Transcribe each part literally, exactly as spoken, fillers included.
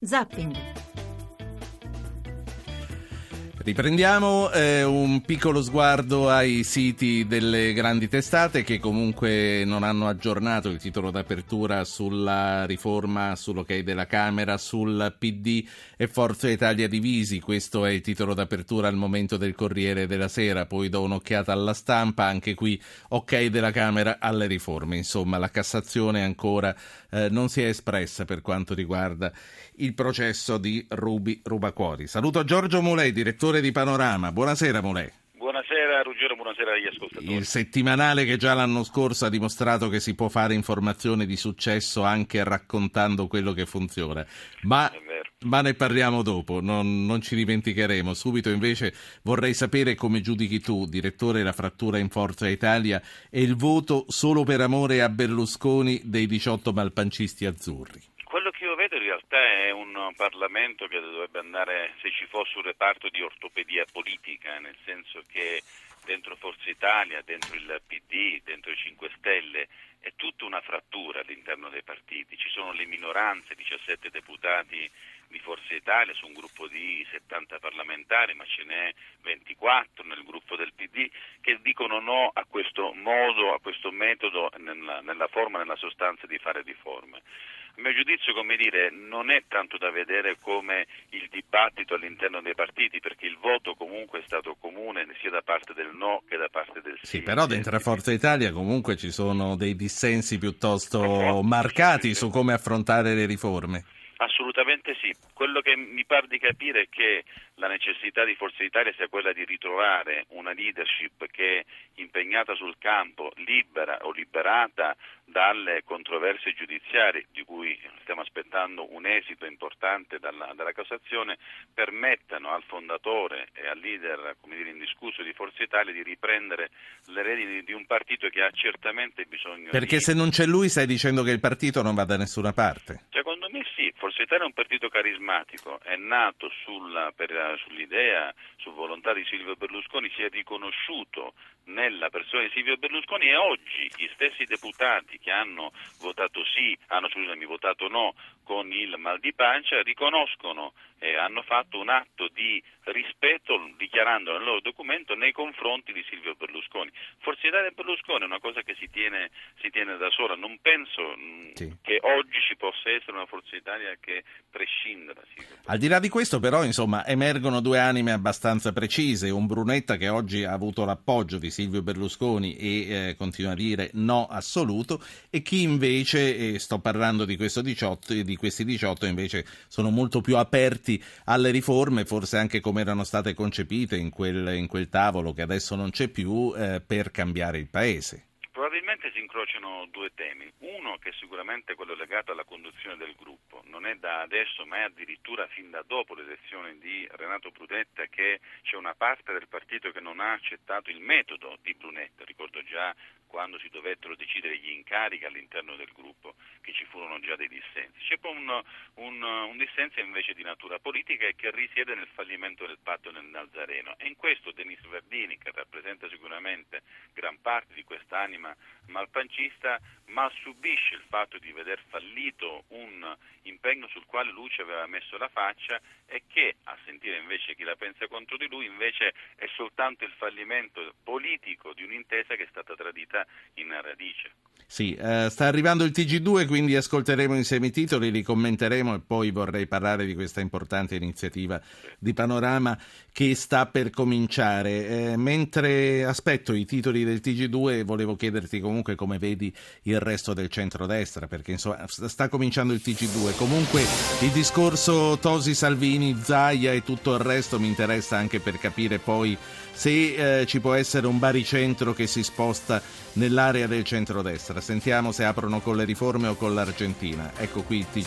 Zapping. Riprendiamo eh, un piccolo sguardo ai siti delle grandi testate che comunque non hanno aggiornato il titolo d'apertura sulla riforma, sull'ok della Camera, sul P D e Forza Italia divisi. Questo è il titolo d'apertura al momento del Corriere della Sera. Poi do un'occhiata alla Stampa, anche qui ok della Camera alle riforme. Insomma, la Cassazione ancora eh, non si è espressa per quanto riguarda il processo di Ruby Rubacuori. Saluto Giorgio Mulè, direttore di Panorama. Buonasera Mulè. Buonasera Ruggero, buonasera agli ascoltatori. Il settimanale che già l'anno scorso ha dimostrato che si può fare informazione di successo anche raccontando quello che funziona. Ma, ma ne parliamo dopo, non, non ci dimenticheremo. Subito invece vorrei sapere come giudichi tu, direttore, la frattura in Forza Italia e il voto solo per amore a Berlusconi dei diciotto malpancisti azzurri. Quello che io vedo in realtà è un Parlamento che dovrebbe andare, se ci fosse un reparto di ortopedia politica, nel senso che dentro Forza Italia, dentro il P D, dentro i cinque Stelle è tutta una frattura all'interno dei partiti. Ci sono le minoranze, diciassette deputati di Forza Italia su un gruppo di settanta parlamentari, ma ce n'è ventiquattro nel gruppo del P D che dicono no a questo modo, a questo metodo nella, nella forma, nella sostanza di fare riforme. A mio giudizio, come dire, non è tanto da vedere come il dibattito all'interno dei partiti, perché il voto comunque è stato comune sia da parte del no che da parte del sì. Sì, però dentro Forza Italia comunque ci sono dei dissensi piuttosto marcati su come affrontare le riforme. Assolutamente sì. Quello che mi pare di capire è che la necessità di Forza Italia sia quella di ritrovare una leadership che è impegnata sul campo, libera o liberata dalle controversie giudiziarie, di cui stiamo aspettando un esito importante dalla, dalla Cassazione, permettano al fondatore e al leader, come dire, indiscusso di Forza Italia di riprendere le redini di un partito che ha certamente bisogno. Perché di... se non c'è lui stai dicendo che il partito non va da nessuna parte? Secondo me sì, Forza Italia è un partito carismatico, è nato sulla, per, sull'idea, su volontà di Silvio Berlusconi, si è riconosciuto nella persona di Silvio Berlusconi e oggi gli stessi deputati che hanno votato sì, hanno scusami, votato no con il mal di pancia, riconoscono e hanno fatto un atto di rispetto dichiarando nel loro documento nei confronti di Silvio Berlusconi. Forza Italia e Berlusconi è una cosa che si tiene, si tiene da sola, non penso sì. che oggi ci possa essere una Forza Italia che prescinda da Silvio Berlusconi. Al di là di questo però insomma emergono due anime abbastanza precise, un Brunetta che oggi ha avuto l'appoggio di Silvio Berlusconi e eh, continua a dire no assoluto, e chi invece, e sto parlando di, questo diciotto, di questi diciotto invece sono molto più aperti alle riforme, forse anche come erano state concepite in quel, in quel tavolo che adesso non c'è più, eh, per cambiare il paese. Probabilmente si incrociano due temi. Uno che è sicuramente quello legato alla conduzione del gruppo. Non è da adesso, ma è addirittura fin da dopo l'elezione di Renato Brunetta che c'è una parte del partito che non ha accettato il metodo di Brunetta. Ricordo già quando si dovettero decidere gli incarichi all'interno del gruppo che ci furono già dei dissensi. C'è poi un, un, un dissenso invece di natura politica e che risiede nel fallimento del patto nel Nazareno. E in questo Denis Verdini, che rappresenta sicuramente gran parte di quest'anima malpancista, ma subisce il fatto di veder fallito un impegno sul quale lui ci aveva messo la faccia e che, a sentire invece chi la pensa contro di lui, invece è soltanto il fallimento politico di un'intesa che è stata tradita in radice. Sì, eh, sta arrivando il T G due, quindi ascolteremo insieme i titoli, li commenteremo e poi vorrei parlare di questa importante iniziativa di Panorama che sta per cominciare. Eh, mentre aspetto i titoli del T G due volevo chiederti comunque come vedi il resto del centrodestra, perché insomma sta cominciando il T G due. Comunque il discorso Tosi, Salvini, Zaia e tutto il resto mi interessa anche per capire poi se eh, ci può essere un baricentro che si sposta nell'area del centrodestra. Sentiamo se aprono con le riforme o con l'Argentina. Ecco qui il T G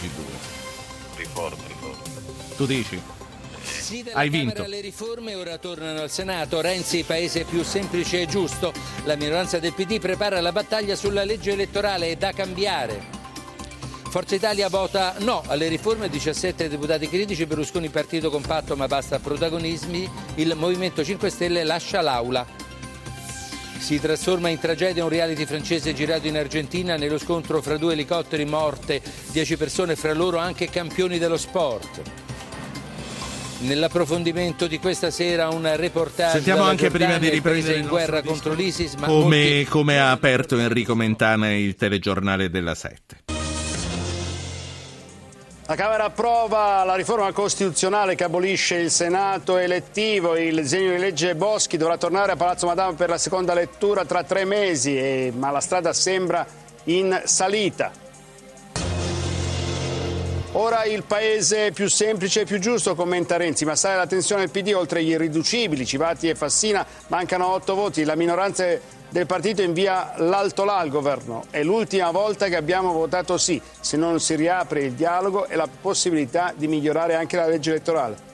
due. Riforme, riforme. Tu dici? Sì, dalla Hai Camera vinto. Le riforme ora tornano al Senato. Renzi, paese più semplice e giusto. La minoranza del P D prepara la battaglia sulla legge elettorale, è da cambiare. Forza Italia vota no alle riforme, diciassette deputati critici, Berlusconi partito compatto ma basta protagonismi, il Movimento cinque Stelle lascia l'aula. Si trasforma in tragedia un reality francese girato in Argentina. Nello scontro fra due elicotteri, morte dieci persone, fra loro anche campioni dello sport. Nell'approfondimento di questa sera un reportage. Sentiamo anche Giordania, prima di riprendere in guerra contro l'ISIS, ma come, molti... come ha aperto Enrico Mentana il telegiornale della sette. La Camera approva la riforma costituzionale che abolisce il Senato elettivo. Il disegno di legge Boschi dovrà tornare a Palazzo Madama per la seconda lettura tra tre mesi, e, ma la strada sembra in salita. Ora il paese più semplice e più giusto, commenta Renzi, ma sale la tensione del P D oltre gli irriducibili, Civati e Fassina, mancano otto voti, la minoranza del partito invia l'alto là al governo. È l'ultima volta che abbiamo votato sì, se non si riapre il dialogo e la possibilità di migliorare anche la legge elettorale.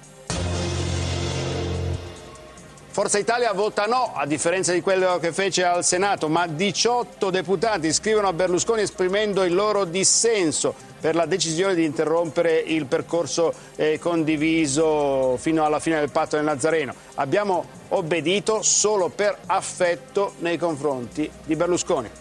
Forza Italia vota no, a differenza di quello che fece al Senato, ma diciotto deputati scrivono a Berlusconi esprimendo il loro dissenso per la decisione di interrompere il percorso eh, condiviso fino alla fine del patto del Nazareno. Abbiamo obbedito solo per affetto nei confronti di Berlusconi.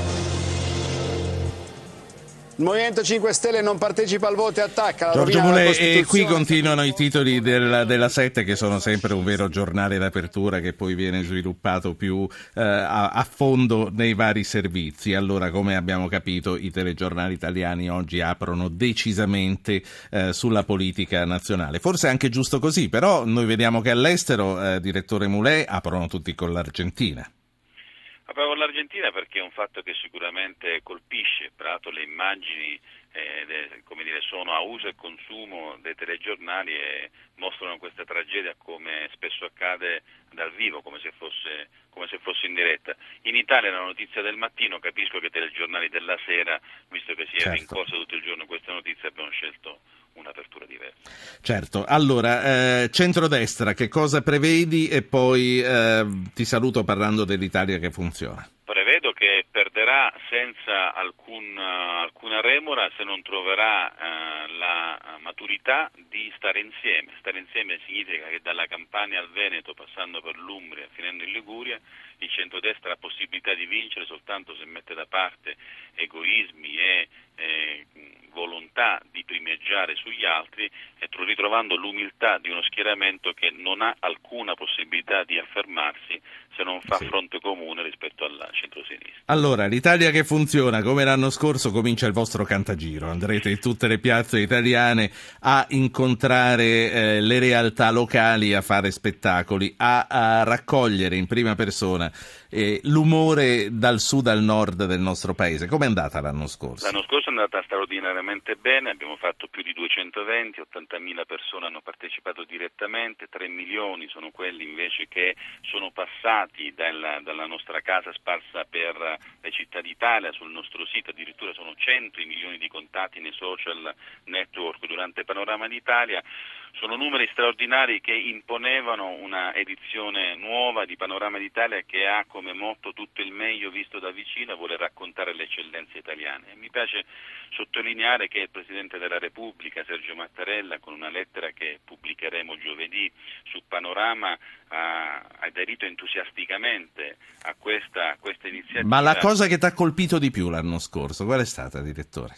Il Movimento cinque Stelle non partecipa al voto e attacca la Giorgio rovina della Mulè, e qui Costituzione. continuano i titoli della, della sette, che sono sempre un vero giornale d'apertura che poi viene sviluppato più eh, a, a fondo nei vari servizi. Allora, come abbiamo capito, i telegiornali italiani oggi aprono decisamente eh, sulla politica nazionale. Forse è anche giusto così, però noi vediamo che all'estero, eh, direttore Mulè, aprono tutti con l'Argentina. Proprio con l'Argentina perché è un fatto che sicuramente colpisce, peraltro le immagini eh, de, come dire, sono a uso e consumo dei telegiornali e mostrano questa tragedia come spesso accade dal vivo, come se fosse, come se fosse in diretta. In Italia la notizia del mattino, capisco che i telegiornali della sera, visto che si è certo. rincorsa tutto il giorno questa notizia, abbiamo scelto un'apertura diversa. Certo, allora, eh, centrodestra, che cosa prevedi? E poi eh, ti saluto parlando dell'Italia che funziona. Prevedo che perderà senza alcun, uh, alcuna remora se non troverà uh, la maturità di stare insieme. Stare insieme significa che dalla Campania al Veneto, passando per l'Umbria, finendo in Liguria, il centrodestra ha possibilità di vincere soltanto se mette da parte egoismi e eh, volontà di primeggiare sugli altri, e ritrovando l'umiltà di uno schieramento che non ha alcuna possibilità di affermarsi se non fa sì. fronte comune rispetto al centrosinistra. Allora, l'Italia che funziona, come l'anno scorso, comincia il vostro cantagiro. Andrete in tutte le piazze italiane a incontrare eh, le realtà locali, a fare spettacoli, a, a raccogliere in prima persona eh, l'umore dal sud al nord del nostro paese. Com'è andata l'anno scorso? L'anno scorso è andata straordinariamente bene, abbiamo fatto più di duecentoventi, ottantamila persone hanno partecipato direttamente, tre milioni sono quelli invece che sono passati dalla, dalla nostra casa sparsa per le città d'Italia, sul nostro sito addirittura sono cento i milioni di contatti nei social network durante Panorama d'Italia. Sono numeri straordinari che imponevano una edizione nuova di Panorama d'Italia che ha come motto tutto il meglio visto da vicino, vuole raccontare le eccellenze italiane. E mi piace sottolineare che il Presidente della Repubblica, Sergio Mattarella, con una lettera che pubblicheremo giovedì su Panorama, ha aderito entusiasticamente a questa, a questa iniziativa. Ma la cosa che ti ha colpito di più l'anno scorso, qual è stata, direttore?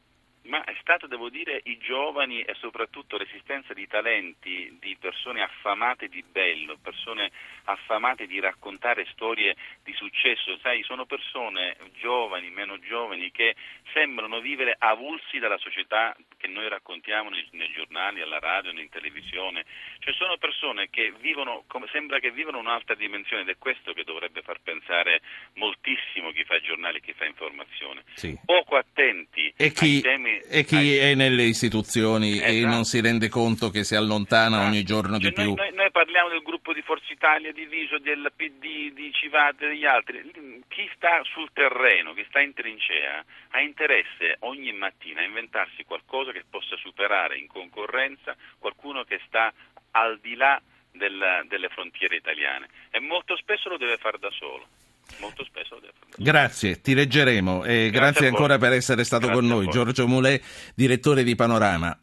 Ma è stato, devo dire, i giovani e soprattutto l'esistenza di talenti, di persone affamate di bello, persone affamate di raccontare storie di successo. Sai, sono persone giovani, meno giovani, che sembrano vivere avulsi dalla società che noi raccontiamo nei, nei giornali, alla radio, in televisione. Cioè sono persone che vivono, come, sembra che vivono un'altra dimensione, ed è questo che dovrebbe far pensare moltissimo chi fa i giornali e chi fa informazione. Sì. Poco attenti e chi, ai temi... E chi ai... è nelle istituzioni esatto. e non si rende conto che si allontana esatto. ogni giorno cioè di più. Noi, noi, noi parliamo del gruppo di Forza Italia diviso, del P D, di Civate e degli altri. Chi sta sul terreno, chi sta in trincea, ha interesse ogni mattina a inventarsi qualcosa che possa superare in concorrenza qualcuno che sta al di là del, delle frontiere italiane, e molto spesso lo deve fare da solo. Molto spesso lo deve fare da solo. Grazie, ti leggeremo e grazie, grazie ancora per essere stato grazie con noi. Giorgio Mulè, direttore di Panorama.